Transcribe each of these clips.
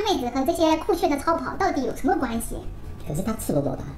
妹子和这些酷炫的超跑到底有什么关系？ 可是他赤裸裸的。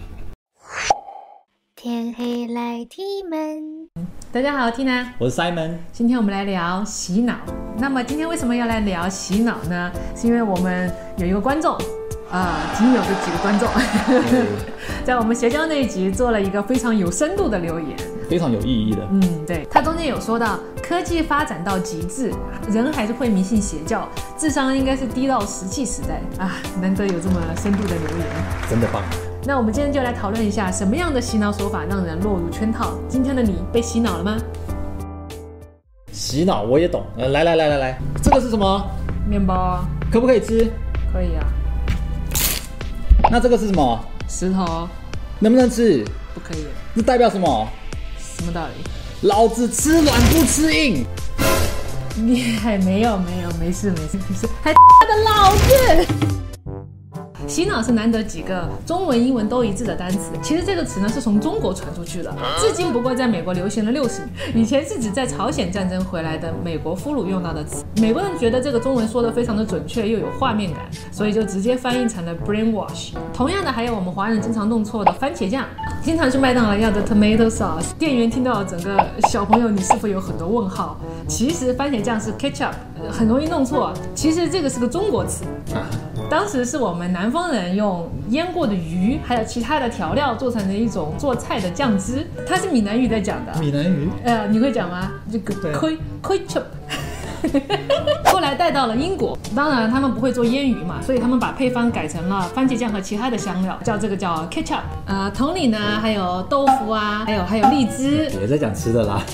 天黑来踢门。 大家好，Tina， 我是 Simon。 今天我们来聊洗脑。那么今天为什么要来聊洗脑呢？是因为我们有一个观众仅有的几个观众在我们邪教那一集做了一个非常有深度的留言， 非常有意义的。 对，他中间有说到科技发展到极致，人还是会迷信邪教，智商应该是低到石器时代啊！难得有这么深度的留言， 真的棒。 那我们今天就来讨论一下什么样的洗脑手法让人落入圈套。今天的你被洗脑了吗？ 洗脑我也懂。来，这个是什么？ 面包。 可不可以吃？ 可以啊。 那这个是什么？ 石头。 能不能吃？ 不可以。 这代表什么？ 什么道理？ 老子吃软不吃硬。 你还没有，没事，还的老子。洗脑是难得几个中文、英文都一致的单词。其实这个词呢是从中国传出去的，至今不过在美国流行了60年。以前是指在朝鲜战争回来的美国俘虏用到的词。美国人觉得这个中文说的非常的准确又有画面感，所以就直接翻译成了 brainwash。同样的还有我们华人经常弄错的番茄酱。经常去麦当劳要的 tomato sauce， 店员听到整个小朋友你是否有很多问号？其实番茄酱是 ketchup， 很容易弄错。其实这个是个中国词。当时是我们南方人用腌过的鱼还有其他的调料做成的一种做菜的酱汁，它是闽南语在讲的。 闽南语？ 你会讲吗？这个 ketchup。后来带到了英国，当然他们不会做腌鱼嘛，所以他们把配方改成了番茄酱和其他的香料，这个叫 ketchup。同理呢，还有豆腐啊，还有荔枝。 别再讲吃的啦。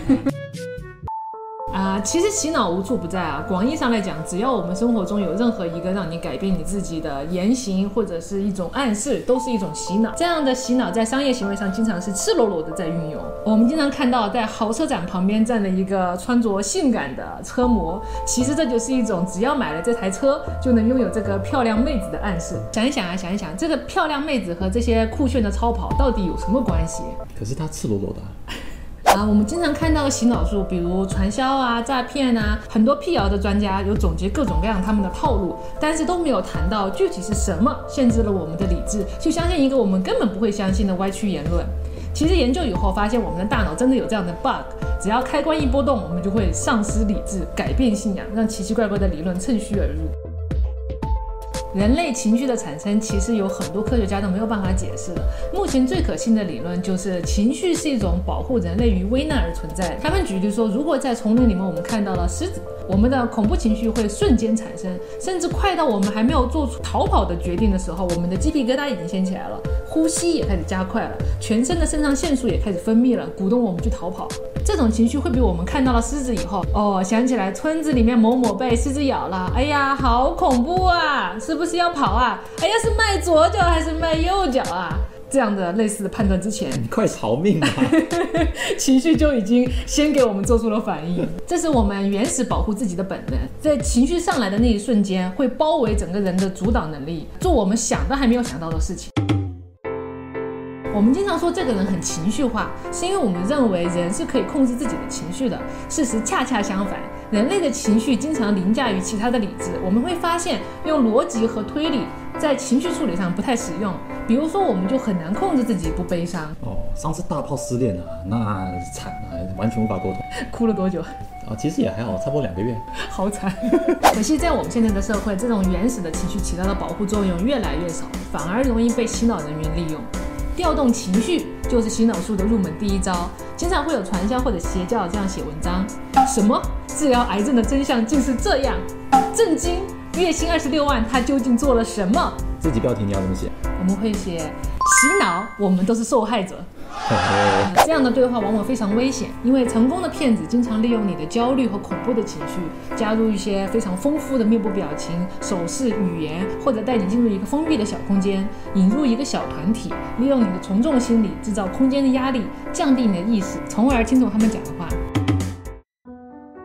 其实洗脑无处不在啊。广义上来讲，只要我们生活中有任何一个让你改变你自己的言行或者是一种暗示，都是一种洗脑。这样的洗脑在商业行为上经常是赤裸裸的在运用。我们经常看到在豪车展旁边站了一个穿着性感的车模，其实这就是一种只要买了这台车就能拥有这个漂亮妹子的暗示。想一想，这个漂亮妹子和这些酷炫的超跑到底有什么关系？ 可是她赤裸裸的。 我们经常看到洗脑术，比如传销啊、诈骗啊，很多辟谣的专家有总结各种各样他们的套路，但是都没有谈到具体是什么限制了我们的理智，去相信一个我们根本不会相信的歪曲言论。其实研究以后发现，我们的大脑真的有这样的 bug， 只要开关一波动，我们就会丧失理智，改变信仰，让奇奇怪怪的理论趁虚而入。人类情绪的产生其实有很多科学家都没有办法解释的。目前最可信的理论就是情绪是一种保护人类于危难而存在。他们举例说，如果在丛林里面我们看到了狮子，我们的恐怖情绪会瞬间产生，甚至快到我们还没有做出逃跑的决定的时候，我们的鸡皮疙瘩已经掀起来了，呼吸也开始加快了，全身的肾上腺素也开始分泌了，鼓动我们去逃跑。这种情绪会比我们看到了狮子以后，想起来村子里面某某被狮子咬了，哎呀好恐怖啊，是不是要跑啊？哎呀，是迈左脚还是迈右脚啊？这样的类似的判断之前， 你快逃命吧！ 情绪就已经先给我们做出了反应。这是我们原始保护自己的本能，在情绪上来的那一瞬间，会包围整个人的主导能力，做我们想都还没有想到的事情。我们经常说这个人很情绪化，是因为我们认为人是可以控制自己的情绪的。事实恰恰相反，人类的情绪经常凌驾于其他的理智。我们会发现，用逻辑和推理在情绪处理上不太实用。比如说，我们就很难控制自己不悲伤。 上次大炮失恋啊，那惨啊，完全无法沟通。 哭了多久？ 其实也还好，差不多2个月。 好惨。可惜在我们现在的社会，这种原始的情绪起到的保护作用越来越少，反而容易被洗脑人员利用。调动情绪就是洗脑术的入门第一招，经常会有传销或者邪教这样写文章：什么治疗癌症的真相竟是这样，震惊，月薪26万，他究竟做了什么？ 自己标题你要怎么写？ 我们会写洗脑，我们都是受害者。这样的对话往往非常危险，因为成功的骗子经常利用你的焦虑和恐怖的情绪，加入一些非常丰富的面部表情、手势、语言，或者带你进入一个封闭的小空间，引入一个小团体，利用你的从众心理，制造空间的压力，降低你的意识，从而听懂他们讲的话。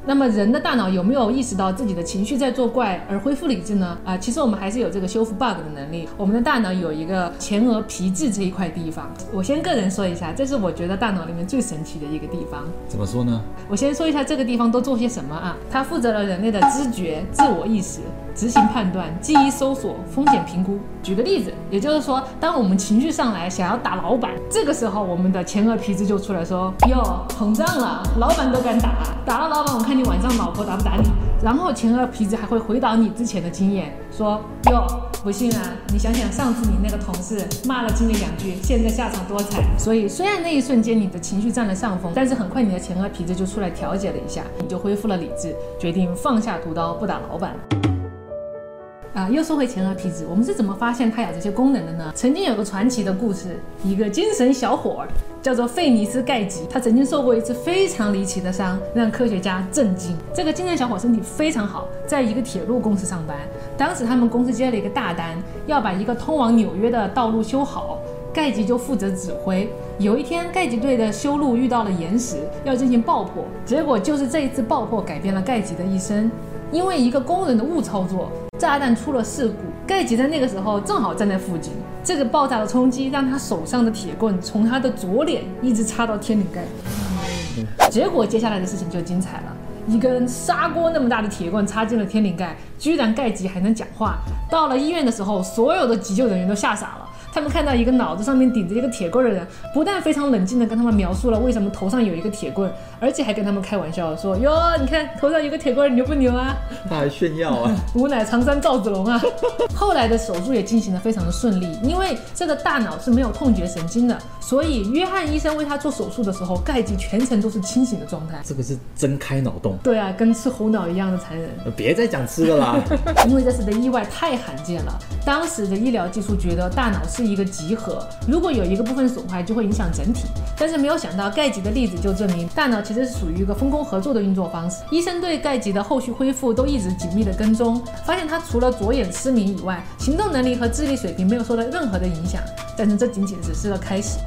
那么人的大脑有没有意识到自己的情绪在作怪而恢复理智呢？其实我们还是有这个修复 bug 的能力。我们的大脑有一个前额皮质这一块地方，我先个人说一下，这是我觉得大脑里面最神奇的一个地方。 怎么说呢？ 我先说一下这个地方都做些什么啊？它负责了人类的知觉、自我意识、执行判断、记忆搜索、风险评估。举个例子，也就是说，当我们情绪上来想要打老板，这个时候我们的前额皮质就出来说：哟，膨胀了，老板都敢打了老板，我看你晚上老婆打不打你。然后前额皮质还会回导你之前的经验，说：哟，不信啊，你想想上次你那个同事骂了经理2句，现在下场多惨。所以虽然那一瞬间你的情绪占了上风，但是很快你的前额皮质就出来调节了一下，你就恢复了理智，决定放下屠刀不打老板。又说回前额皮质，我们是怎么发现它有这些功能的呢？曾经有个传奇的故事，一个精神小伙叫做费尼斯盖吉，他曾经受过一次非常离奇的伤，让科学家震惊。这个精神小伙身体非常好，在一个铁路公司上班。当时他们公司接了一个大单，要把一个通往纽约的道路修好，盖吉就负责指挥。有一天，盖吉队的修路遇到了岩石，要进行爆破，结果就是这一次爆破改变了盖吉的一生。因为一个工人的误操作，炸弹出了事故。盖吉在那个时候正好站在附近，这个爆炸的冲击让他手上的铁棍从他的左脸一直插到天灵盖。结果接下来的事情就精彩了，一根砂锅那么大的铁棍插进了天灵盖，居然盖吉还能讲话。到了医院的时候，所有的急救人员都吓傻了。他们看到一个脑子上面顶着一个铁棍的人，不但非常冷静地跟他们描述了为什么头上有一个铁棍，而且还跟他们开玩笑说：哟，你看头上有个铁棍牛不牛啊？ 他还炫耀啊！ 吾乃常山赵子龙啊！后来的手术也进行得非常的顺利，因为这个大脑是没有痛觉神经的，所以约翰医生为他做手术的时候，盖吉全程都是清醒的状态。 这个是真开脑洞。 对啊，跟吃猴脑一样的残忍。 别再讲吃了啦！ 因为这次的意外太罕见了，当时的医疗技术觉得大脑是一个集合，如果有一个部分损坏就会影响整体，但是没有想到盖吉的例子就证明大脑其实是属于一个分工合作的运作方式。医生对盖吉的后续恢复都一直紧密的跟踪，发现他除了左眼失明以外，行动能力和智力水平没有受到任何的影响，但是这仅仅只是个开始。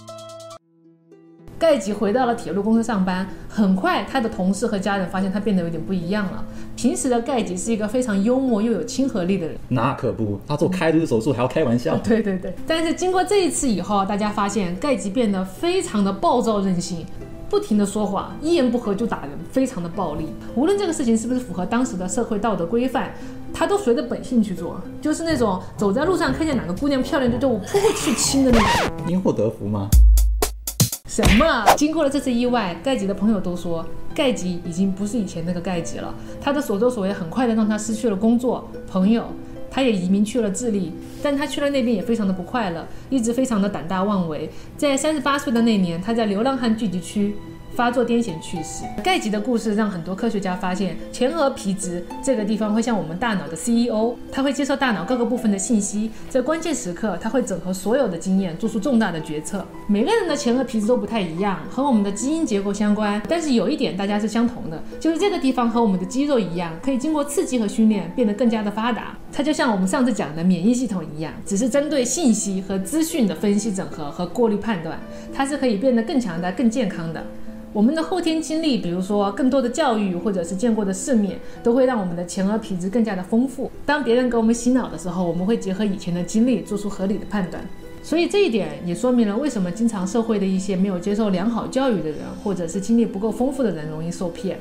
盖吉回到了铁路公司上班，很快他的同事和家人发现他变得有点不一样了。平时的盖吉是一个非常幽默又有亲和力的人， 那可不，他做开颅手术还要开玩笑。 对对对，但是经过这一次以后，大家发现盖吉变得非常的暴躁任性，不停的说谎，一言不合就打人，非常的暴力。无论这个事情是不是符合当时的社会道德规范，他都随着本性去做，就是那种走在路上看见哪个姑娘漂亮就我扑过去亲的那种。 因祸得福吗？ 什么？经过了这次意外，盖吉的朋友都说，盖吉已经不是以前那个盖吉了。他的所作所为很快的让他失去了工作、朋友，他也移民去了智利，但他去了那边也非常的不快乐，一直非常的胆大妄为。在38岁的那年，他在流浪汉聚集区发作癫痫去世。盖吉的故事让很多科学家发现，前额皮质这个地方会像我们大脑的 CEO， 它会接受大脑各个部分的信息，在关键时刻它会整合所有的经验，做出重大的决策。每个人的前额皮质都不太一样，和我们的基因结构相关，但是有一点大家是相同的，就是这个地方和我们的肌肉一样，可以经过刺激和训练变得更加的发达。它就像我们上次讲的免疫系统一样，只是针对信息和资讯的分析整合和过滤判断，它是可以变得更强大、更健康的。我们的后天经历，比如说更多的教育或者是见过的世面，都会让我们的前额皮质更加的丰富。当别人给我们洗脑的时候，我们会结合以前的经历做出合理的判断。所以这一点也说明了为什么经常社会的一些没有接受良好教育的人，或者是经历不够丰富的人容易受骗。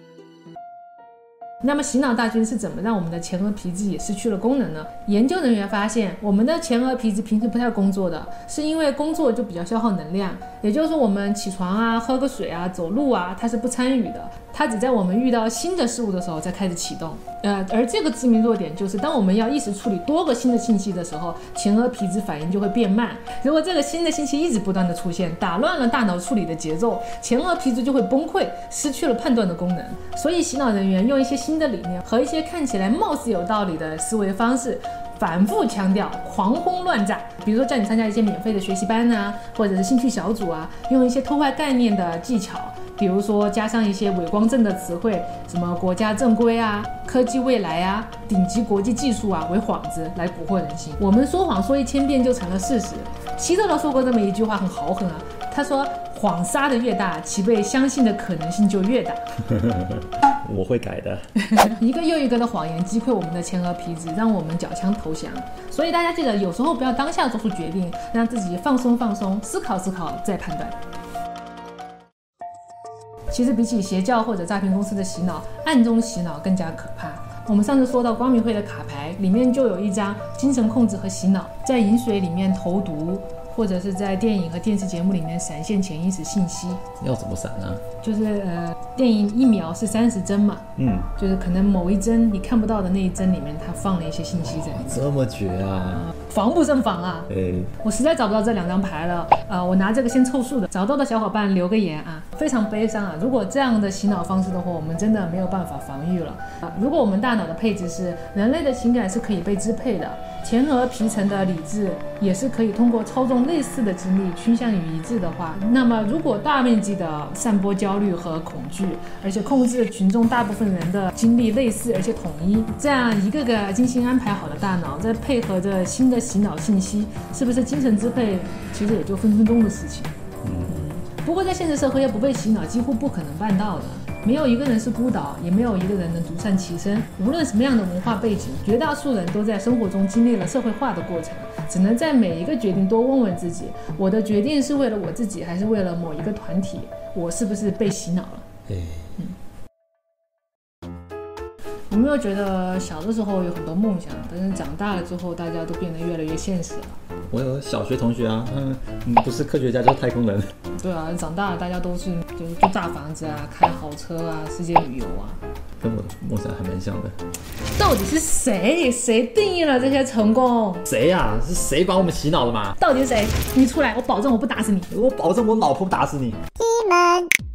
那么洗脑大军是怎么让我们的前额皮质也失去了功能呢？研究人员发现，我们的前额皮质平时不太工作的，是因为工作就比较消耗能量，也就是说我们起床啊、喝个水啊、走路啊，它是不参与的，它只在我们遇到新的事物的时候才开始启动。而这个致命弱点就是，当我们要一时处理多个新的信息的时候，前额皮质反应就会变慢。如果这个新的信息一直不断的出现，打乱了大脑处理的节奏，前额皮质就会崩溃，失去了判断的功能。所以洗脑人员用一些新的理念和一些看起来貌似有道理的思维方式，反复强调狂轰乱炸，比如说叫你参加一些免费的学习班啊，或者是兴趣小组啊，用一些偷坏概念的技巧，比如说加上一些伪光正的词汇，什么国家正规啊、科技未来啊、顶级国际技术啊为幌子来蛊惑人心。我们说谎说1000遍就成了事实。希特勒说过这么一句话很豪横啊，他说谎撒的越大，其被相信的可能性就越大。 我会改的。 一个又一个的谎言击溃我们的前额皮质，让我们缴枪投降。所以大家记得，有时候不要当下做出决定，让自己放松放松，思考思考再判断。其实比起邪教或者诈骗公司的洗脑，暗中洗脑更加可怕。我们上次说到光明会的卡牌里面就有一张精神控制和洗脑，在饮水里面投毒，或者是在电影和电视节目里面闪现潜意识信息。 要怎么闪呢？ 就是电影1秒是30帧嘛，就是可能某一帧你看不到的那一帧里面，它放了一些信息在里面。 这么绝啊！ 防不胜防啊！我实在找不到这2张牌了，我拿这个先凑数的，找到的小伙伴留个言啊，非常悲伤啊！如果这样的洗脑方式的话，我们真的没有办法防御了。如果我们大脑的配置是人类的情感是可以被支配的，前额皮层的理智也是可以通过操纵类似的经历趋向于一致的话，那么如果大面积的散播焦虑和恐惧，而且控制群众大部分人的精力类似而且统一，这样一个个精心安排好的大脑，再配合着新的洗脑信息，是不是精神支配其实也就分分钟的事情。不过在现实社会要不被洗脑几乎不可能办到的，没有一个人是孤岛，也没有一个人能独善其身。无论什么样的文化背景，绝大多数人都在生活中经历了社会化的过程，只能在每一个决定多问问自己，我的决定是为了我自己，还是为了某一个团体？我是不是被洗脑了？有没有觉得小的时候有很多梦想，但是长大了之后大家都变得越来越现实了？ 我有小学同学啊，不是科学家就是太空人。 对啊，长大了大家都是就是住大房子啊，开豪车啊，世界旅游啊， 跟我的梦想还蛮像的。 到底是谁定义了这些成功？ 谁呀？是谁把我们洗脑的嘛？ 到底是谁？你出来，我保证我不打死你。 我保证我老婆不打死你。 你们。